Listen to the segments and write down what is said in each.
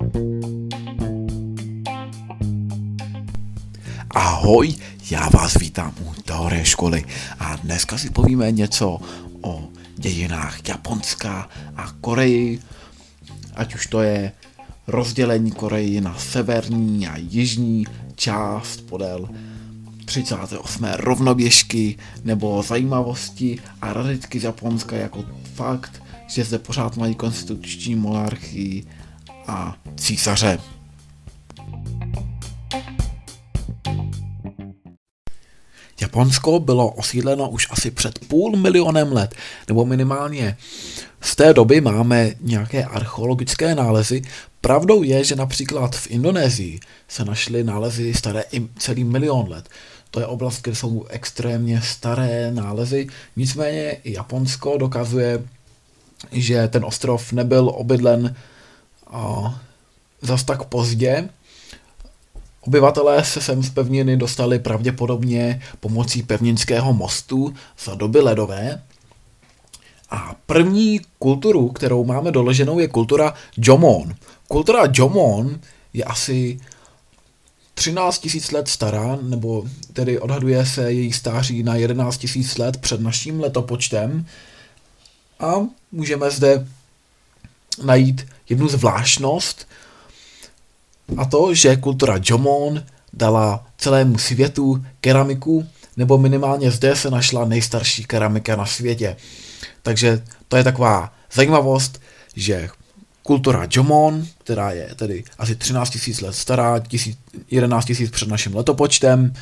Ahoj, já vás vítám u Teorie školy a dneska si povíme něco o dějinách Japonska a Koreji, ať už to je rozdělení Koreji na severní a jižní část podél 38. rovnoběžky, nebo zajímavosti a raditky z Japonska, jako fakt, že zde pořád mají konstituční monarchii a císaře. Japonsko bylo osídleno už asi před 500 000 let, nebo minimálně z té doby máme nějaké archeologické nálezy. Pravdou je, že například v Indonésii se našly nálezy staré i celý 1 000 000 let. To je oblast, kde jsou extrémně staré nálezy, nicméně i Japonsko dokazuje, že ten ostrov nebyl obydlen zas tak pozdě. Obyvatelé se sem z pevniny dostali pravděpodobně pomocí pevninského mostu za doby ledové. A první kulturu, kterou máme doloženou, je kultura Jomon. Kultura Jomon je asi 13 000 let stará, nebo tedy odhaduje se její stáří na 11 000 let před naším letopočtem. A můžeme zde najít jednu zvláštnost, a to, že kultura Jomon dala celému světu keramiku, nebo minimálně zde se našla nejstarší keramika na světě. Takže to je taková zajímavost, že kultura Jomon, která je tedy asi 13 000 let stará, 11 000 před naším letopočtem,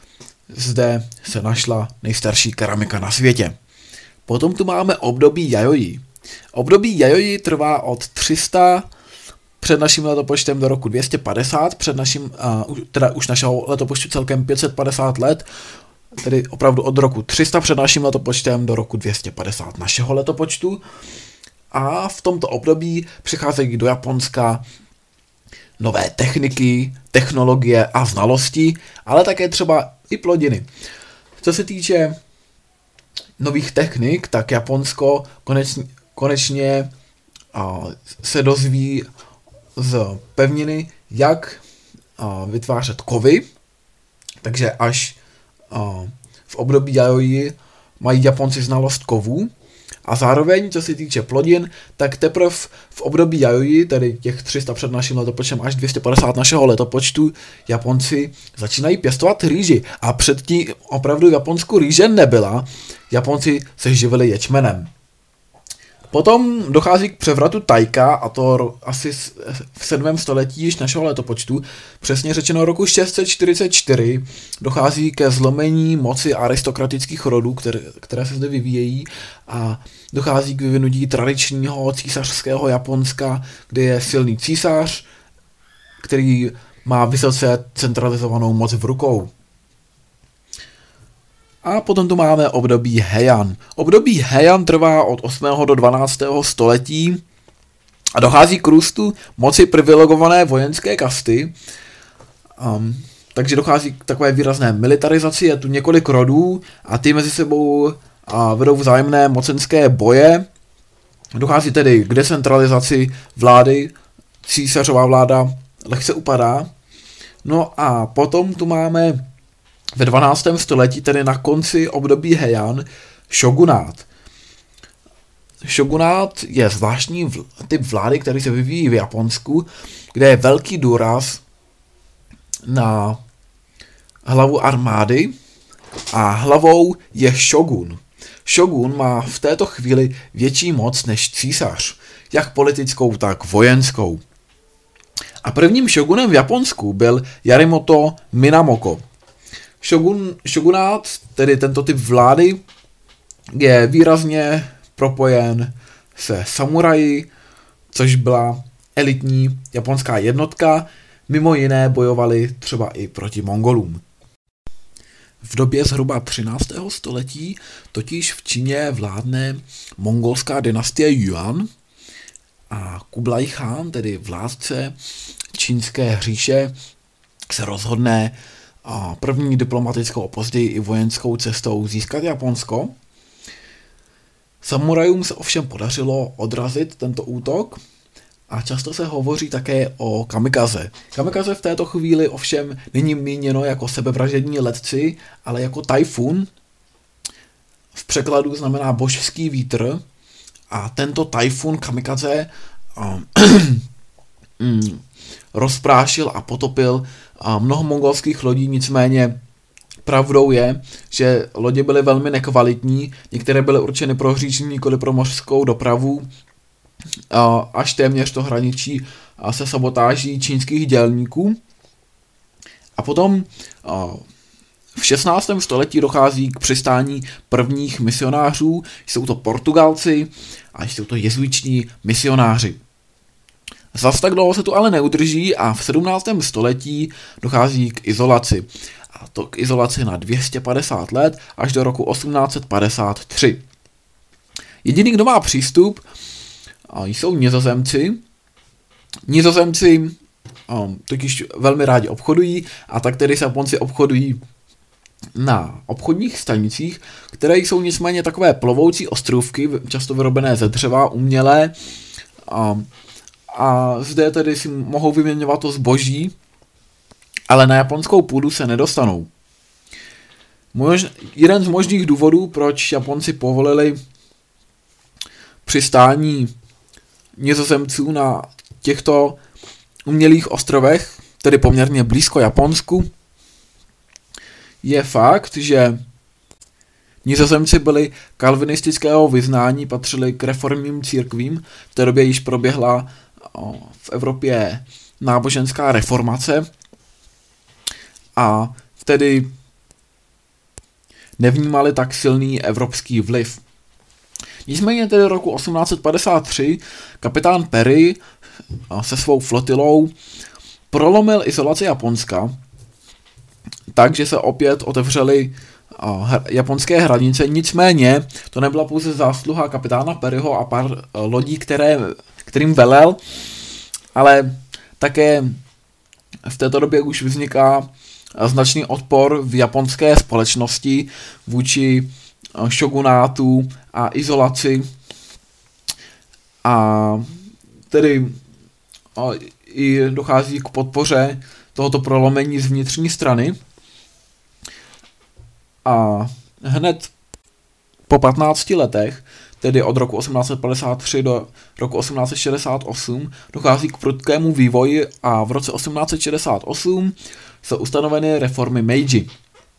zde se našla nejstarší keramika na světě. Potom tu máme období Yayoi. Období Yayoi trvá od 300 před naším letopočtem do roku 250, před naším, teda už našeho letopočtu celkem 550 let, tedy opravdu od roku 300 před naším letopočtem do roku 250 našeho letopočtu. A v tomto období přicházejí do Japonska nové techniky, technologie a znalosti, ale také třeba i plodiny. Co se týče nových technik, tak Japonsko konečně se dozví z pevniny, jak vytvářet kovy, takže až v období Yayoi mají Japonci znalost kovů a zároveň, co se týče plodin, tak teprve v období Yayoi, tedy těch 300 před naším letopočtem až 250 našeho letopočtu, Japonci začínají pěstovat rýži a předtím opravdu v Japonsku rýže nebyla, Japonci se živili ječmenem. Potom dochází k převratu Taika, a to asi v 7. století již našeho letopočtu, přesně řečeno roku 644, dochází ke zlomení moci aristokratických rodů, které se zde vyvíjejí, a dochází k vyvinutí tradičního císařského Japonska, kde je silný císař, který má vysoce centralizovanou moc v rukou. A potom tu máme období Heian. Období Heian trvá od 8. do 12. století a dochází k růstu moci privilegované vojenské kasty. Takže dochází k takové výrazné militarizaci, je tu několik rodů a ty mezi sebou vedou vzájemné mocenské boje. Dochází tedy k decentralizaci vlády, císařová vláda lehce upadá. No a potom tu máme ve 12. století, tedy na konci období Heian, šogunát. Šogunát je zvláštní typ vlády, který se vyvíjí v Japonsku, kde je velký důraz na hlavu armády a hlavou je šogun. Šogun má v této chvíli větší moc než císař, jak politickou, tak vojenskou. A prvním šogunem v Japonsku byl Yarimoto Minamoto. Šogunát, tedy tento typ vlády, je výrazně propojen se samuraji, což byla elitní japonská jednotka, mimo jiné bojovali třeba i proti Mongolům. V době zhruba 13. století totiž v Číně vládne mongolská dynastie Yuan a Kublai Khan, tedy vládce čínské říše, se rozhodne první diplomatickou a později i vojenskou cestou získat Japonsko. Samurajům se ovšem podařilo odrazit tento útok A často se hovoří také o kamikaze. Kamikaze v této chvíli ovšem není míněno jako sebevražední letci, ale jako tajfun. V překladu znamená božský vítr. A tento tajfun kamikaze rozprášil a potopil mnoho mongolských lodí, nicméně pravdou je, že lodě byly velmi nekvalitní, některé byly určeny pro hříčení, nikoli pro mořskou dopravu, až téměř to hraničí se sabotáží čínských dělníků. A potom v 16. století dochází k přistání prvních misionářů, jsou to Portugalci a jsou to jezuiční misionáři. Zas tak dlouho se tu ale neudrží a v 17. století dochází k izolaci. A to k izolaci na 250 let až do roku 1853. Jediný, kdo má přístup, jsou Nizozemci. Nizozemci totiž velmi rádi obchodují a tak tedy Japonci obchodují na obchodních stanicích, které jsou nicméně takové plovoucí ostrůvky, často vyrobené ze dřeva, umělé, a zde tedy si mohou vyměňovat to zboží, ale na japonskou půdu se nedostanou. Jeden z možných důvodů, proč Japonci povolili přistání Nizozemců na těchto umělých ostrovech, tedy poměrně blízko Japonsku, je fakt, že Nizozemci byli kalvinistického vyznání, patřili k reformním církvím, v té době již proběhla v Evropě náboženská reformace a tedy nevnímali tak silný evropský vliv. Nicméně tedy roku 1853 kapitán Perry se svou flotilou prolomil izolaci Japonska, takže se opět otevřely japonské hranice, nicméně to nebyla pouze zásluha kapitána Perryho a pár lodí, kterým velel, ale také v této době už vzniká značný odpor v japonské společnosti vůči šogunátu a izolaci a tedy i dochází k podpoře tohoto prolomení z vnitřní strany. A hned po 15 letech, tedy od roku 1853 do roku 1868, dochází k prudkému vývoji a v roce 1868 jsou ustanoveny reformy Meiji.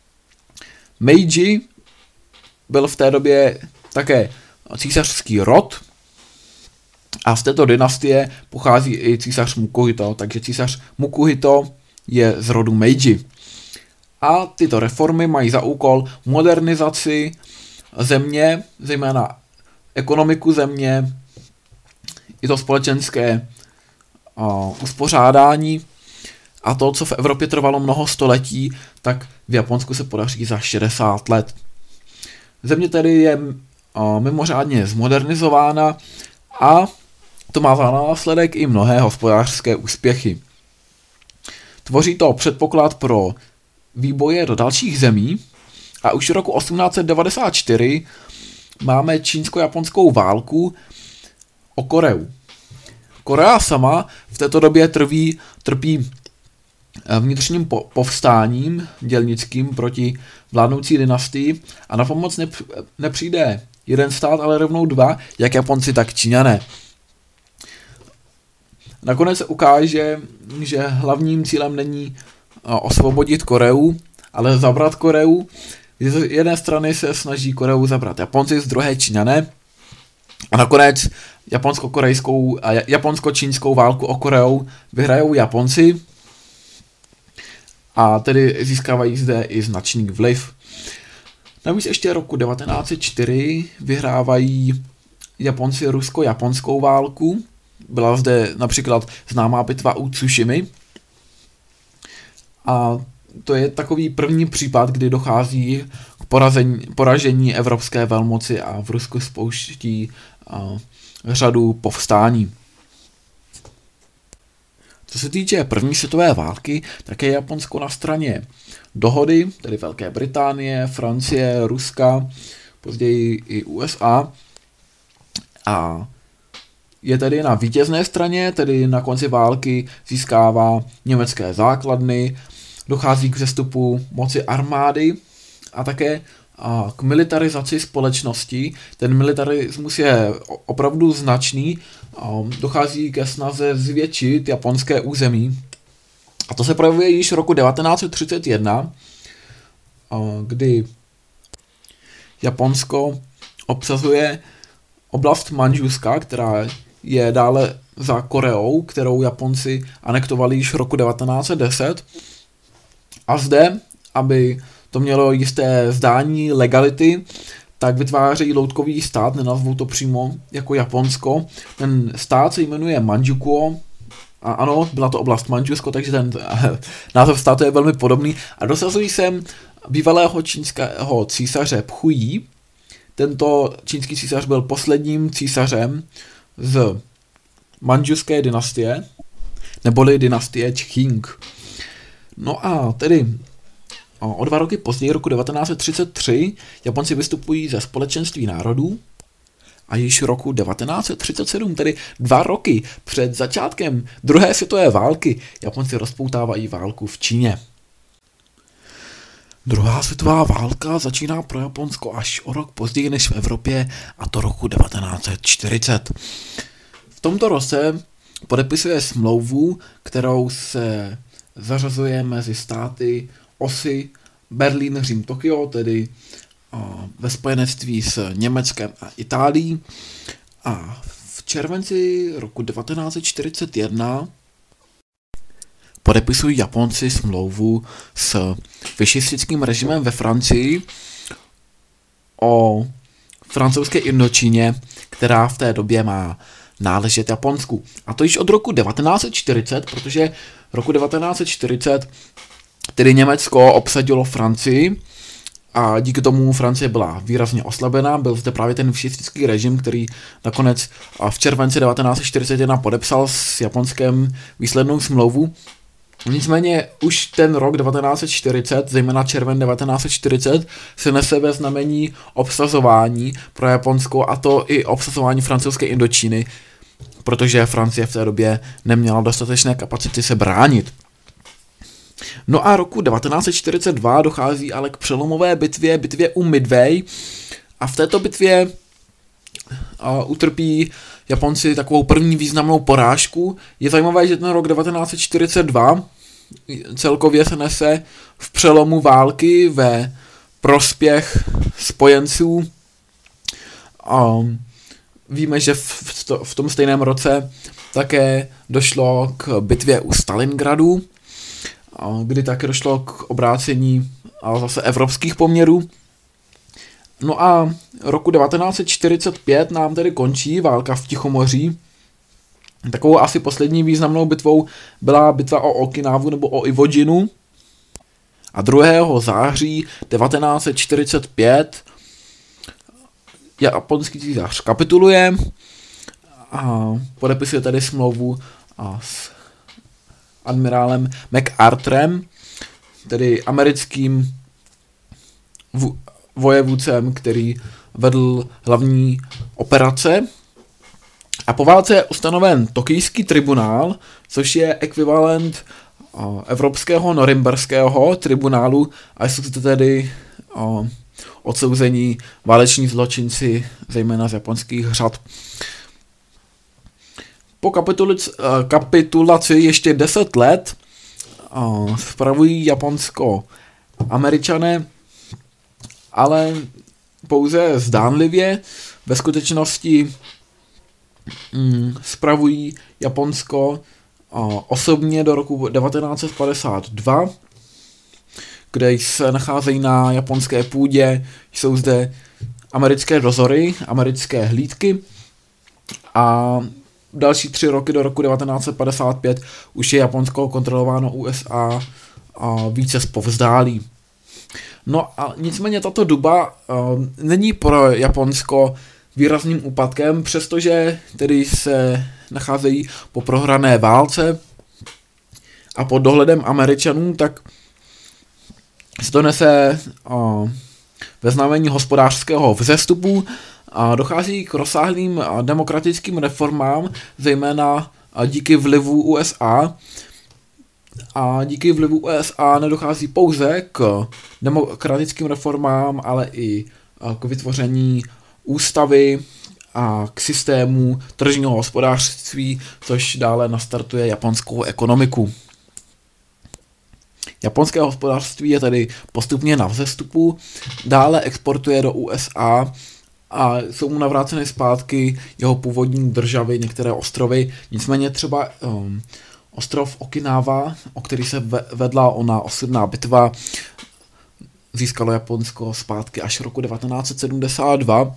Meiji byl v té době také císařský rod a z této dynastie pochází i císař Mukuhito, takže císař Mukuhito je z rodu Meiji. A tyto reformy mají za úkol modernizaci země, zejména ekonomiku země, i to společenské uspořádání a to, co v Evropě trvalo mnoho století, tak v Japonsku se podaří za 60 let. Země tedy je mimořádně zmodernizována a to má za následek i mnohé hospodářské úspěchy. Tvoří to předpoklad pro výboje do dalších zemí a už v roku 1894 máme čínsko-japonskou válku o Koreu. Korea sama v této době trpí vnitřním povstáním dělnickým proti vládnoucí dynastii a na pomoc nepřijde jeden stát, ale rovnou dva, jak Japonci, tak Číňané. Nakonec se ukáže, že hlavním cílem není osvobodit Koreu, ale zabrat Koreu. Z jedné strany se snaží Koreu zabrat Japonci, z druhé Číňané. A nakonec japonsko-čínskou válku o Koreu vyhrajou Japonci a tedy získávají zde i značný vliv. Navíc ještě roku 1904 vyhrávají Japonci rusko-japonskou válku. Byla zde například známá bitva u Tsushimy. A to je takový první případ, kdy dochází k poražení evropské velmoci a v Rusku spouští řadu povstání. Co se týče první světové války, tak je Japonsko na straně dohody, tedy Velké Británie, Francie, Ruska, později i USA. A je tedy na vítězné straně, tedy na konci války získává německé základny, dochází k vzestupu moci armády a také k militarizaci společnosti. Ten militarismus je opravdu značný, dochází ke snaze zvětšit japonské území. A to se projevuje již roku 1931, kdy Japonsko obsazuje oblast Mandžuska, která je dále za Koreou, kterou Japonci anektovali již roku 1910. A zde, aby to mělo jisté zdání legality, tak vytvářejí loutkový stát, nenazvou to přímo jako Japonsko. Ten stát se jmenuje Mandžukuo, a ano, byla to oblast Mandžusko, takže ten název státu je velmi podobný. A dosazují sem bývalého čínského císaře Pchují. Tento čínský císař byl posledním císařem z Mandžuské dynastie, neboli dynastie Čching. No a tedy o 2 roky později, roku 1933, Japonci vystupují ze Společenství národů a již roku 1937, tedy 2 roky před začátkem druhé světové války, Japonci rozpoutávají válku v Číně. Druhá světová válka začíná pro Japonsko až o rok později než v Evropě, a to roku 1940. V tomto roce podepisuje smlouvu, kterou se zařazuje mezi státy osy Berlín, Řím, Tokio, tedy ve spojenectví s Německem a Itálií. A v červenci roku 1941 podepisují Japonci smlouvu s fašistickým režimem ve Francii o francouzské Indočíně, která v té době má náležet Japonsku. A to již od roku 1940, protože roku 1940 tedy Německo obsadilo Francii a díky tomu Francie byla výrazně oslabená. Byl zde právě ten fašistický režim, který nakonec v červenci 1941 podepsal s Japonskem výslednou smlouvu. Nicméně už ten rok 1940, zejména červen 1940, se nese ve znamení obsazování pro Japonsko, a to i obsazování francouzské Indočíny, protože Francie v té době neměla dostatečné kapacity se bránit. No a roku 1942 dochází ale k přelomové bitvě u Midway, a v této bitvě utrpí Japonci takovou první významnou porážku. Je zajímavé, že ten rok 1942 celkově se nese v přelomu války ve prospěch spojenců. Víme, že v tom stejném roce také došlo k bitvě u Stalingradu, kdy také došlo k obrácení zase evropských poměrů. No a roku 1945 nám tedy končí válka v Tichomoří. Takovou asi poslední významnou bitvou byla bitva o Okinawu nebo o Iwo Jinu. A 2. září 1945 japonský císař kapituluje a podepisuje tedy smlouvu s admirálem MacArthurem, tedy americkým vojevůdcem, který vedl hlavní operace. A po válce je ustanoven Tokijský tribunál, což je ekvivalent Evropského norimberského tribunálu, a jsou to tedy odsouzení váleční zločinci, zejména z japonských řad. Po kapitulaci ještě 10 let spravují Japonsko Američané, ale pouze zdánlivě. Ve skutečnosti spravují Japonsko osobně do roku 1952, kde se nacházejí na japonské půdě. Jsou zde americké dozory, americké hlídky, a další 3 roky do roku 1955 už je Japonsko kontrolováno USA a více zpovzdálí. No a nicméně tato doba není pro Japonsko výrazným úpadkem, přestože tedy se nacházejí po prohrané válce a pod dohledem Američanů, tak se to nese ve znamení hospodářského vzestupu, a dochází k rozsáhlým demokratickým reformám, zejména díky vlivu USA. A díky vlivu USA nedochází pouze k demokratickým reformám, ale i k vytvoření ústavy a k systému tržního hospodářství, což dále nastartuje japonskou ekonomiku. Japonské hospodářství je tedy postupně na vzestupu, dále exportuje do USA a jsou mu navráceny zpátky jeho původní državy, některé ostrovy. Nicméně třeba ostrov Okinawa, o který se vedla ona osudná bitva, získalo Japonsko zpátky až roku 1972.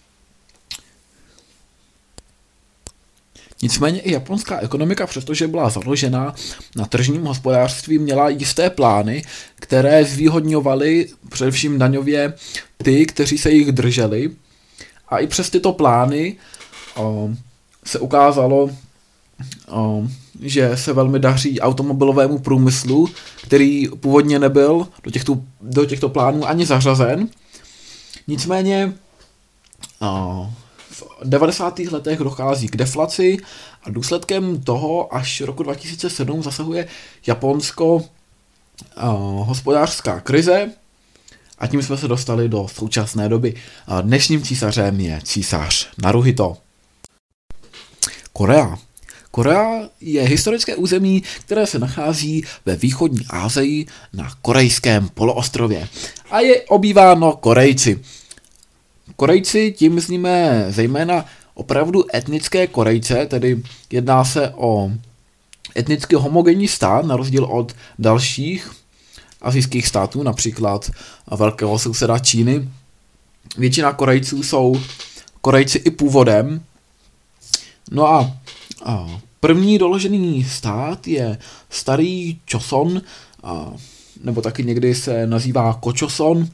Nicméně i japonská ekonomika, přestože byla založena na tržním hospodářství, měla jisté plány, které zvýhodňovaly především daňově ty, kteří se jich drželi. A i přes tyto plány se ukázalo, že se velmi daří automobilovému průmyslu, který původně nebyl do těchto plánů ani zařazen. Nicméně v 90. letech dochází k deflaci a důsledkem toho až roku 2007 zasahuje Japonsko hospodářská krize a tím jsme se dostali do současné doby. Dnešním císařem je císař Naruhito. Korea je historické území, které se nachází ve východní Asii na korejském poloostrově a je obýváno Korejci. Korejci, tím myslíme zejména opravdu etnické Korejce, tedy jedná se o etnicky homogenní stát, na rozdíl od dalších asijských států, například velkého souseda Číny. Většina Korejců jsou Korejci i původem. No a první doložený stát je starý Choson, nebo taky někdy se nazývá Kochoson.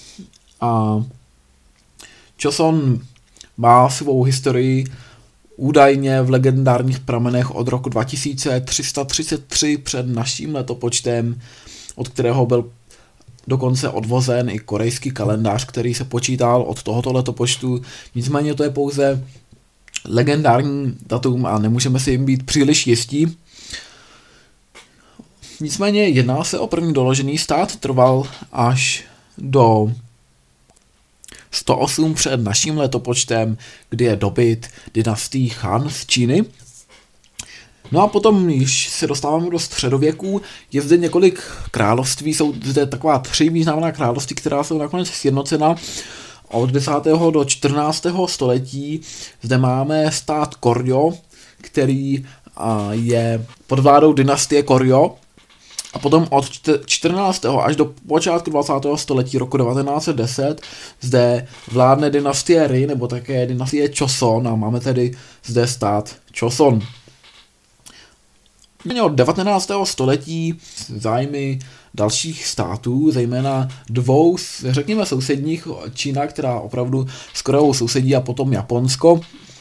Choson má svou historii údajně v legendárních pramenech od roku 2333 před naším letopočtem, od kterého byl dokonce odvozen i korejský kalendář, který se počítal od tohoto letopočtu. Nicméně to je pouze legendární datum a nemůžeme si jim být příliš jistí. Nicméně jedná se o první doložený stát, trval až do 108 před naším letopočtem, kdy je dobyt dynastií Han z Číny. No a potom, když se dostáváme do středověku, je zde několik království, jsou zde taková 3 významná království, která jsou nakonec sjednocena. Od 10. do 14. století zde máme stát Koryo, který je pod vládou dynastie Koryo. A potom od 14. až do počátku 20. století roku 1910 zde vládne dynastie Ri, nebo také dynastie Choson, a máme tedy zde stát Choson. Od 19. století zájmy dalších států, zejména 2, řekněme sousedních, Čína, která opravdu s Koreou sousedí, a potom Japonsko.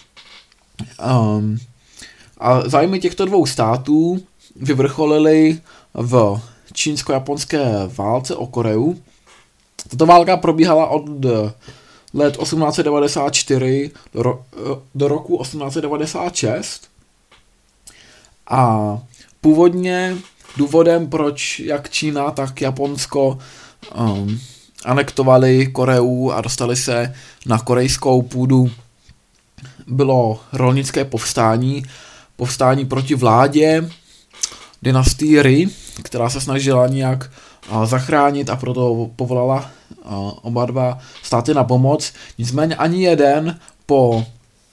A zájmy těchto 2 států vyvrcholily v čínsko-japonské válce o Koreu. Tato válka probíhala od let 1894 do roku 1896 a původně důvodem, proč jak Čína, tak Japonsko anektovali Koreu a dostali se na korejskou půdu, bylo rolnické povstání proti vládě dynastii Ri, která se snažila nějak zachránit, a proto povolala oba 2 státy na pomoc. Nicméně ani jeden po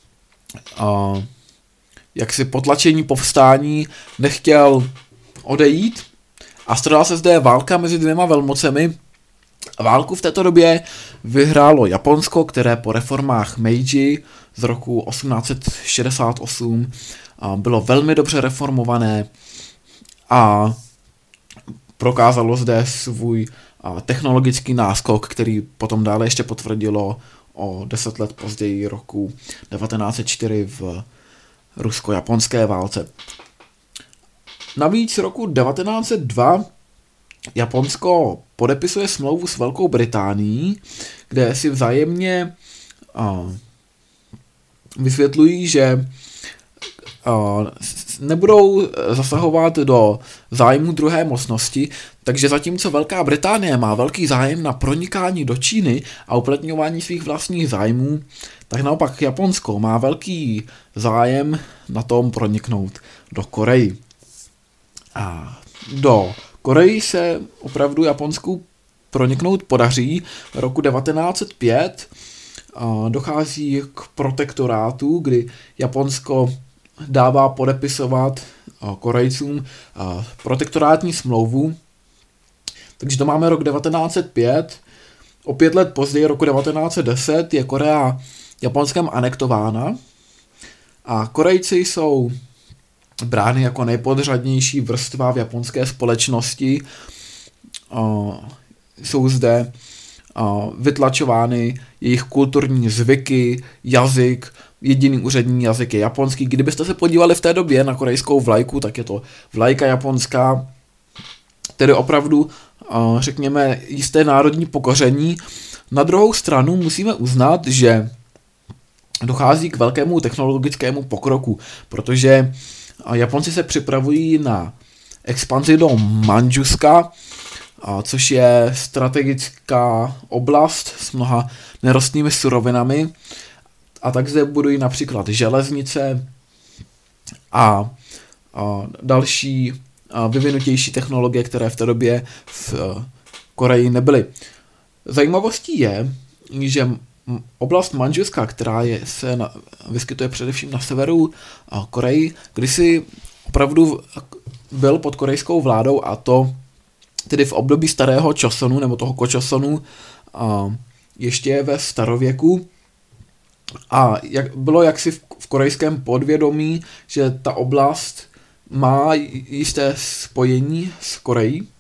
jaksi potlačení povstání nechtěl odejít a strhla se zde válka mezi 2 velmocemi. Válku v této době vyhrálo Japonsko, které po reformách Meiji z roku 1868 bylo velmi dobře reformované a prokázalo zde svůj technologický náskok, který potom dále ještě potvrdilo o 10 let později roku 1904 v rusko-japonské válce. Navíc roku 1902 Japonsko podepisuje smlouvu s Velkou Británií, kde si vzájemně vysvětlují, že nebudou zasahovat do zájmu druhé mocnosti, takže zatímco Velká Británie má velký zájem na pronikání do Číny a uplatňování svých vlastních zájmů, tak naopak Japonsko má velký zájem na tom proniknout do Koreji. A do Koreji se opravdu Japonsku proniknout podaří. Roku 1905 dochází k protektorátu, kdy Japonsko dává podepisovat Korejcům protektorátní smlouvu. Takže to máme rok 1905. O 5 let později, roku 1910, je Korea Japonskem anektována a Korejci jsou brány jako nejpodřadnější vrstva v japonské společnosti. Jsou zde vytlačovány jejich kulturní zvyky, jazyk, jediný úřední jazyk je japonský. Kdybyste se podívali v té době na korejskou vlajku, tak je to vlajka japonská, tedy opravdu, řekněme, jisté národní pokoření. Na druhou stranu musíme uznat, že dochází k velkému technologickému pokroku, protože Japonci se připravují na expanzi do Mandžuska, což je strategická oblast s mnoha nerostnými surovinami. A tak zde budují například železnice a další vyvinutější technologie, které v té době v Koreji nebyly. Zajímavostí je, že oblast Mandžuska, která se vyskytuje především na severu Koreji, kdysi opravdu byl pod korejskou vládou, a to tedy v období starého Chosonu, nebo toho Kochosonu, ještě ve starověku. A bylo jaksi v korejském podvědomí, že ta oblast má jisté spojení s Koreí.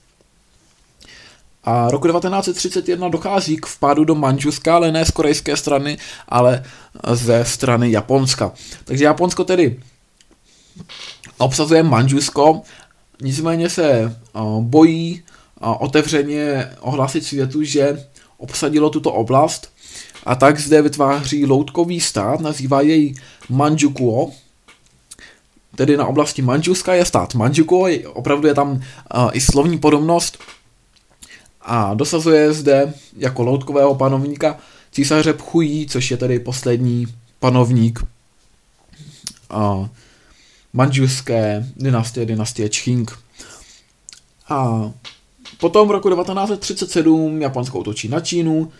A roku 1931 dochází k vpádu do Mandžuska, ale ne z korejské strany, ale ze strany Japonska. Takže Japonsko tedy obsazuje Mandžusko, nicméně se bojí otevřeně ohlásit světu, že obsadilo tuto oblast, a tak zde vytváří loutkový stát, nazývá jej Mandžukuo. Tedy na oblasti Mandžuska je stát Mandžukuo, opravdu je tam i slovní podobnost, a dosazuje zde jako loutkového panovníka císaře Pchují, což je tedy poslední panovník mandžuské dynastie Čching. A potom v roku 1937 Japonsko útočí na Čínu,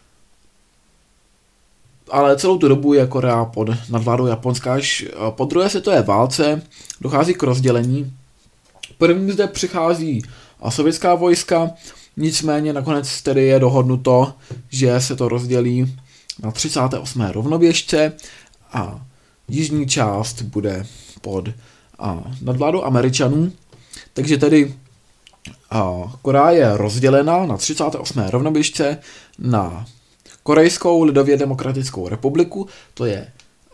ale celou tu dobu je Korea pod nadvládou Japonska. Až po druhé světové válce dochází k rozdělení. První zde přichází sovětská vojska, nicméně nakonec tedy je dohodnuto, že se to rozdělí na 38. rovnoběžce a jižní část bude pod nadvládou Američanů. Takže tedy Korea je rozdělena na 38. rovnoběžce na Korejskou lidově demokratickou republiku, to je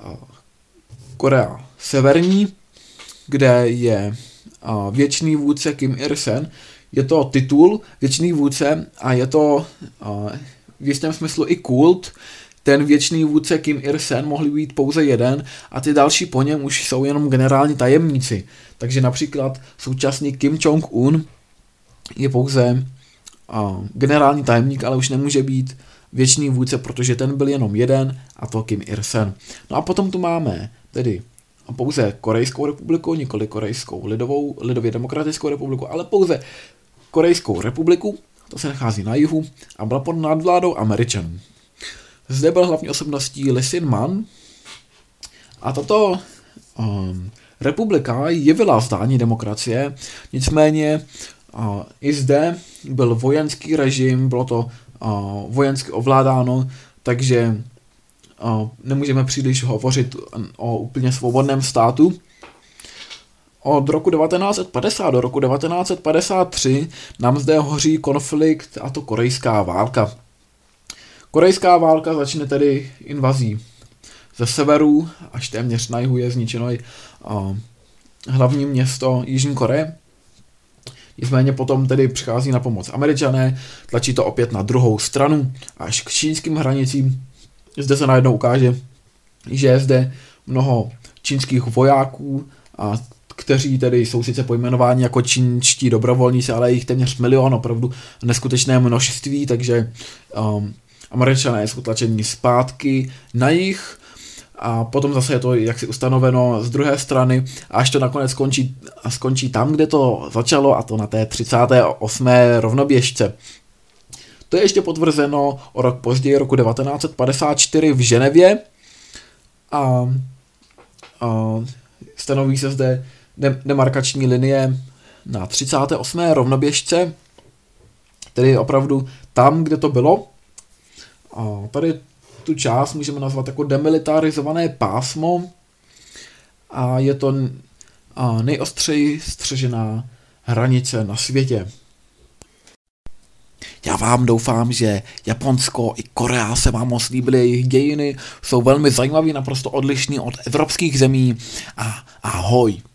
Korea severní, kde je věčný vůdce Kim Il-sen. Je to titul věčný vůdce a je to v jistém smyslu i kult. Ten věčný vůdce Kim Il-sen mohl být pouze jeden a ty další po něm už jsou jenom generální tajemníci. Takže například současný Kim Jong-un je pouze generální tajemník, ale už nemůže být věčný vůdce, protože ten byl jenom jeden, a to Kim Il-sen. No a potom tu máme tedy pouze Korejskou republiku, nikoli Korejskou lidově demokratickou republiku, ale pouze Korejskou republiku, to se nachází na jihu a byla pod nadvládou Američanů. Zde byl hlavní osobností Lee Sin-man a tato republika jevila zdání demokracie, nicméně i zde byl vojenský režim, bylo to vojensky ovládáno, takže nemůžeme příliš hovořit o úplně svobodném státu. Od roku 1950 do roku 1953 nám zde hoří konflikt, a to Korejská válka. Korejská válka začne tedy invazí ze severu, až téměř na jihu je zničeno i hlavní město Jižní Koreje. Nicméně potom tedy přichází na pomoc Američané, tlačí to opět na druhou stranu až k čínským hranicím. Zde se najednou ukáže, že je zde mnoho čínských vojáků, kteří tedy jsou sice pojmenováni jako čínští dobrovolníci, ale je jich téměř milion, opravdu neskutečné množství, takže Američané jsou tlačení zpátky na jih a potom zase je to jaksi ustanoveno z druhé strany, až to nakonec skončí tam, kde to začalo, a to na té 38. rovnoběžce. To je ještě potvrzeno o rok později, roku 1954 v Ženevě a stanoví se zde demarkační linie na 38. rovnoběžce, tedy opravdu tam, kde to bylo. A tady tu část můžeme nazvat jako demilitarizované pásmo a je to nejostřeji střežená hranice na světě. Já vám doufám, že Japonsko i Korea se vám moc líbily, jejich dějiny jsou velmi zajímavý, naprosto odlišný od evropských zemí a ahoj.